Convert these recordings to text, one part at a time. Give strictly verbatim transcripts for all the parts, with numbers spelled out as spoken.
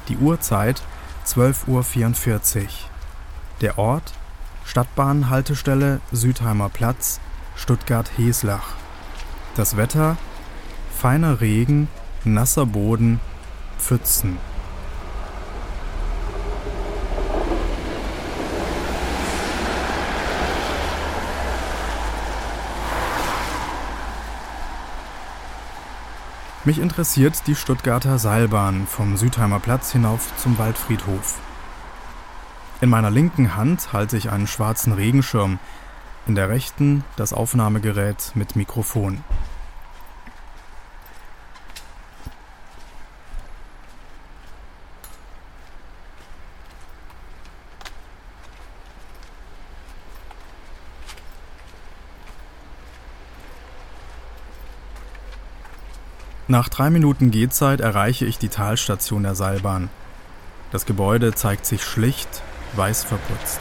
Die Uhrzeit zwölf Uhr vierundvierzig. Der Ort: Stadtbahnhaltestelle Südheimer Platz, Stuttgart-Heslach. Das Wetter: feiner Regen, nasser Boden, Pfützen. Mich interessiert die Stuttgarter Seilbahn vom Südheimer Platz hinauf zum Waldfriedhof. In meiner linken Hand halte ich einen schwarzen Regenschirm, in der rechten das Aufnahmegerät mit Mikrofon. Nach drei Minuten Gehzeit erreiche ich die Talstation der Seilbahn. Das Gebäude zeigt sich schlicht, weiß verputzt.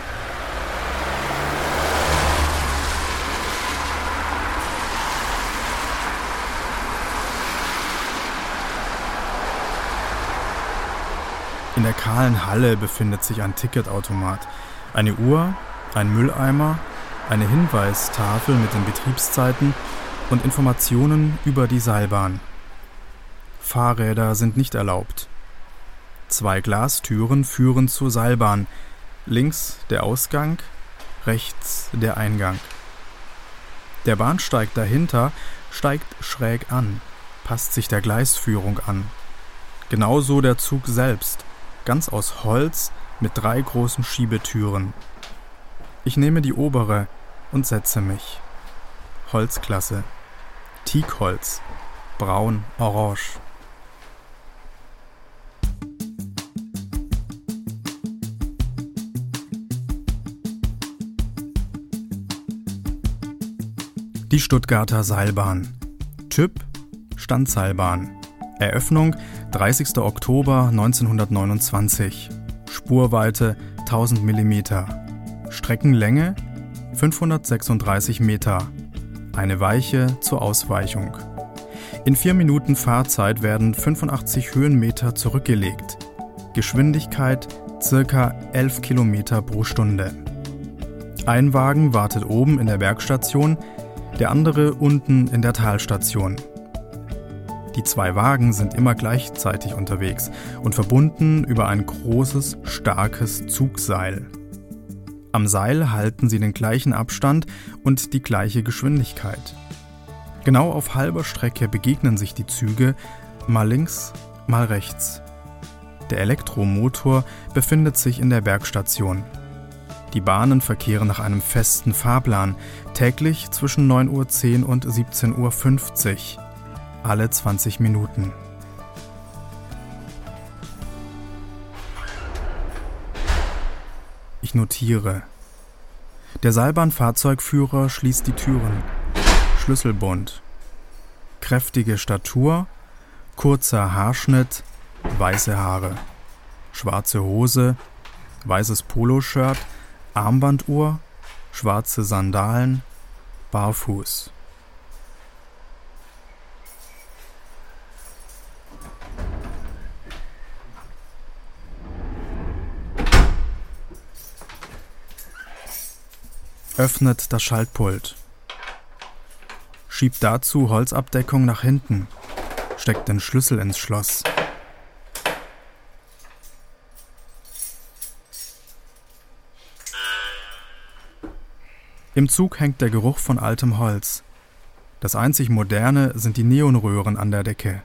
In der kahlen Halle befindet sich ein Ticketautomat, eine Uhr, ein Mülleimer, eine Hinweistafel mit den Betriebszeiten und Informationen über die Seilbahn. Fahrräder sind nicht erlaubt. Zwei Glastüren führen zur Seilbahn. Links der Ausgang, rechts der Eingang. Der Bahnsteig dahinter steigt schräg an, passt sich der Gleisführung an. Genauso der Zug selbst, ganz aus Holz mit drei großen Schiebetüren. Ich nehme die obere und setze mich. Holzklasse. Teakholz, braun, orange. Die Stuttgarter Seilbahn. Typ: Standseilbahn. Eröffnung: dreißigster Oktober neunzehnhundertneunundzwanzig. Spurweite tausend Millimeter. Streckenlänge fünfhundertsechsunddreißig Meter. Eine Weiche zur Ausweichung. In vier Minuten Fahrzeit werden fünfundachtzig Höhenmeter zurückgelegt. Geschwindigkeit ca. elf Kilometer pro Stunde. Ein Wagen wartet oben in der Bergstation, der andere unten in der Talstation. Die zwei Wagen sind immer gleichzeitig unterwegs und verbunden über ein großes, starkes Zugseil. Am Seil halten sie den gleichen Abstand und die gleiche Geschwindigkeit. Genau auf halber Strecke begegnen sich die Züge, mal links, mal rechts. Der Elektromotor befindet sich in der Bergstation. Die Bahnen verkehren nach einem festen Fahrplan, täglich zwischen neun Uhr zehn und siebzehn Uhr fünfzig, alle zwanzig Minuten. Ich notiere. Der Seilbahnfahrzeugführer schließt die Türen. Schlüsselbund. Kräftige Statur, kurzer Haarschnitt, weiße Haare. Schwarze Hose, weißes Poloshirt, Armbanduhr, schwarze Sandalen, barfuß. Öffnet das Schaltpult. Schiebt dazu Holzabdeckung nach hinten. Steckt den Schlüssel ins Schloss. Im Zug hängt der Geruch von altem Holz. Das einzig Moderne sind die Neonröhren an der Decke.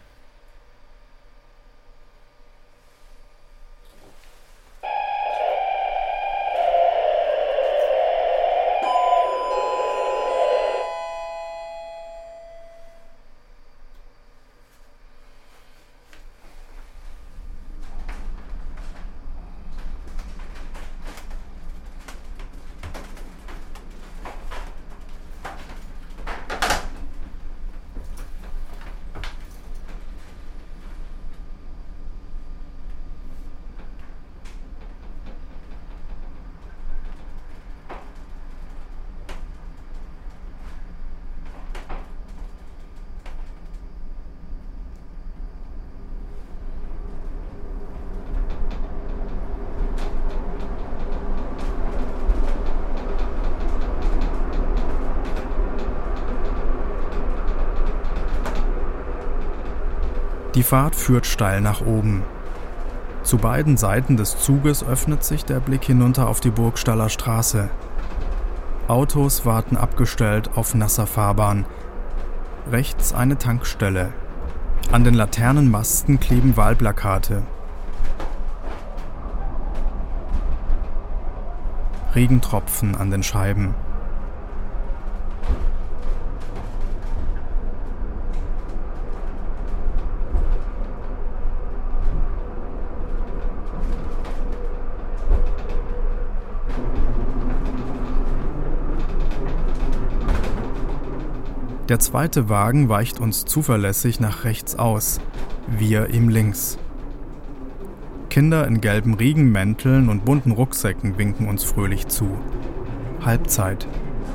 Die Fahrt führt steil nach oben. Zu beiden Seiten des Zuges öffnet sich der Blick hinunter auf die Burgstaller Straße. Autos warten abgestellt auf nasser Fahrbahn. Rechts eine Tankstelle. An den Laternenmasten kleben Wahlplakate. Regentropfen an den Scheiben. Der zweite Wagen weicht uns zuverlässig nach rechts aus, wir ihm links. Kinder in gelben Regenmänteln und bunten Rucksäcken winken uns fröhlich zu. Halbzeit.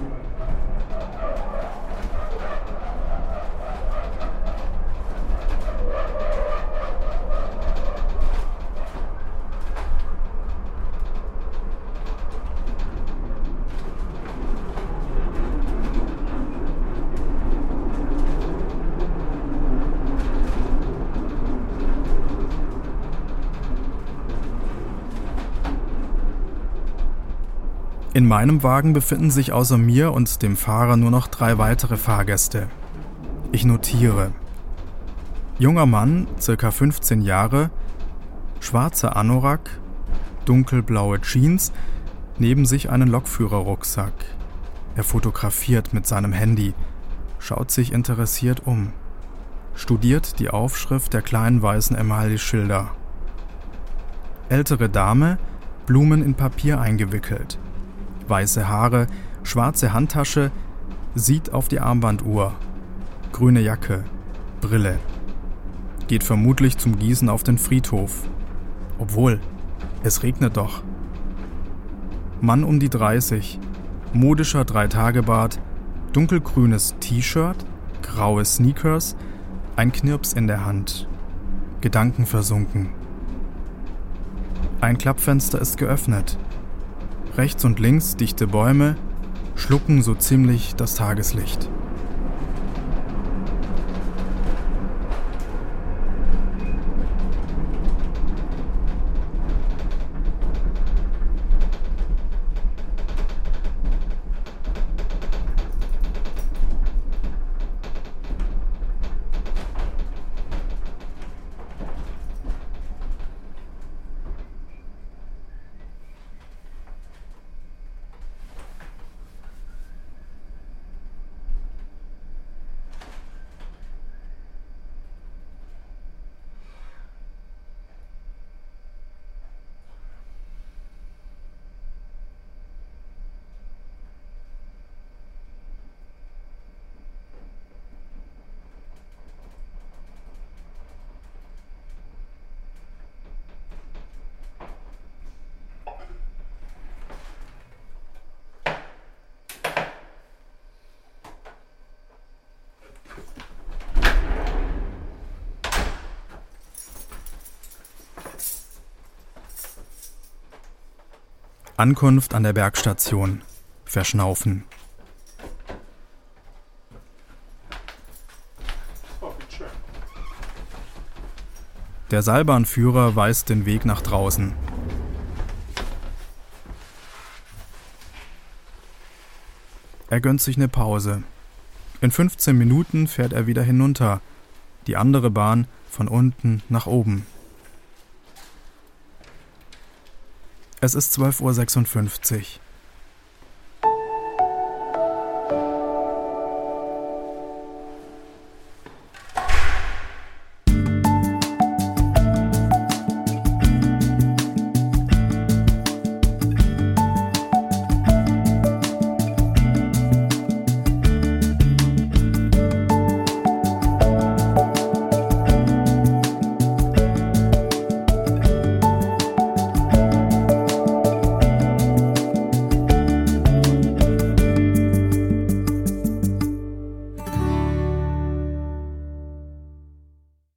In meinem Wagen befinden sich außer mir und dem Fahrer nur noch drei weitere Fahrgäste. Ich notiere. Junger Mann, circa fünfzehn Jahre, schwarzer Anorak, dunkelblaue Jeans, neben sich einen Lokführerrucksack. Er fotografiert mit seinem Handy, schaut sich interessiert um, studiert die Aufschrift der kleinen weißen Emailleschilder. Ältere Dame, Blumen in Papier eingewickelt. Weiße Haare, schwarze Handtasche, sieht auf die Armbanduhr. Grüne Jacke, Brille. Geht vermutlich zum Gießen auf den Friedhof. Obwohl, es regnet doch. Mann um die dreißig, modischer Dreitagebart, dunkelgrünes T-Shirt, graue Sneakers, ein Knirps in der Hand. Gedanken versunken. Ein Klappfenster ist geöffnet. Rechts und links dichte Bäume schlucken so ziemlich das Tageslicht. Ankunft an der Bergstation. Verschnaufen. Der Seilbahnführer weist den Weg nach draußen. Er gönnt sich eine Pause. In fünfzehn Minuten fährt er wieder hinunter, die andere Bahn von unten nach oben. Es ist zwölf Uhr sechsundfünfzig.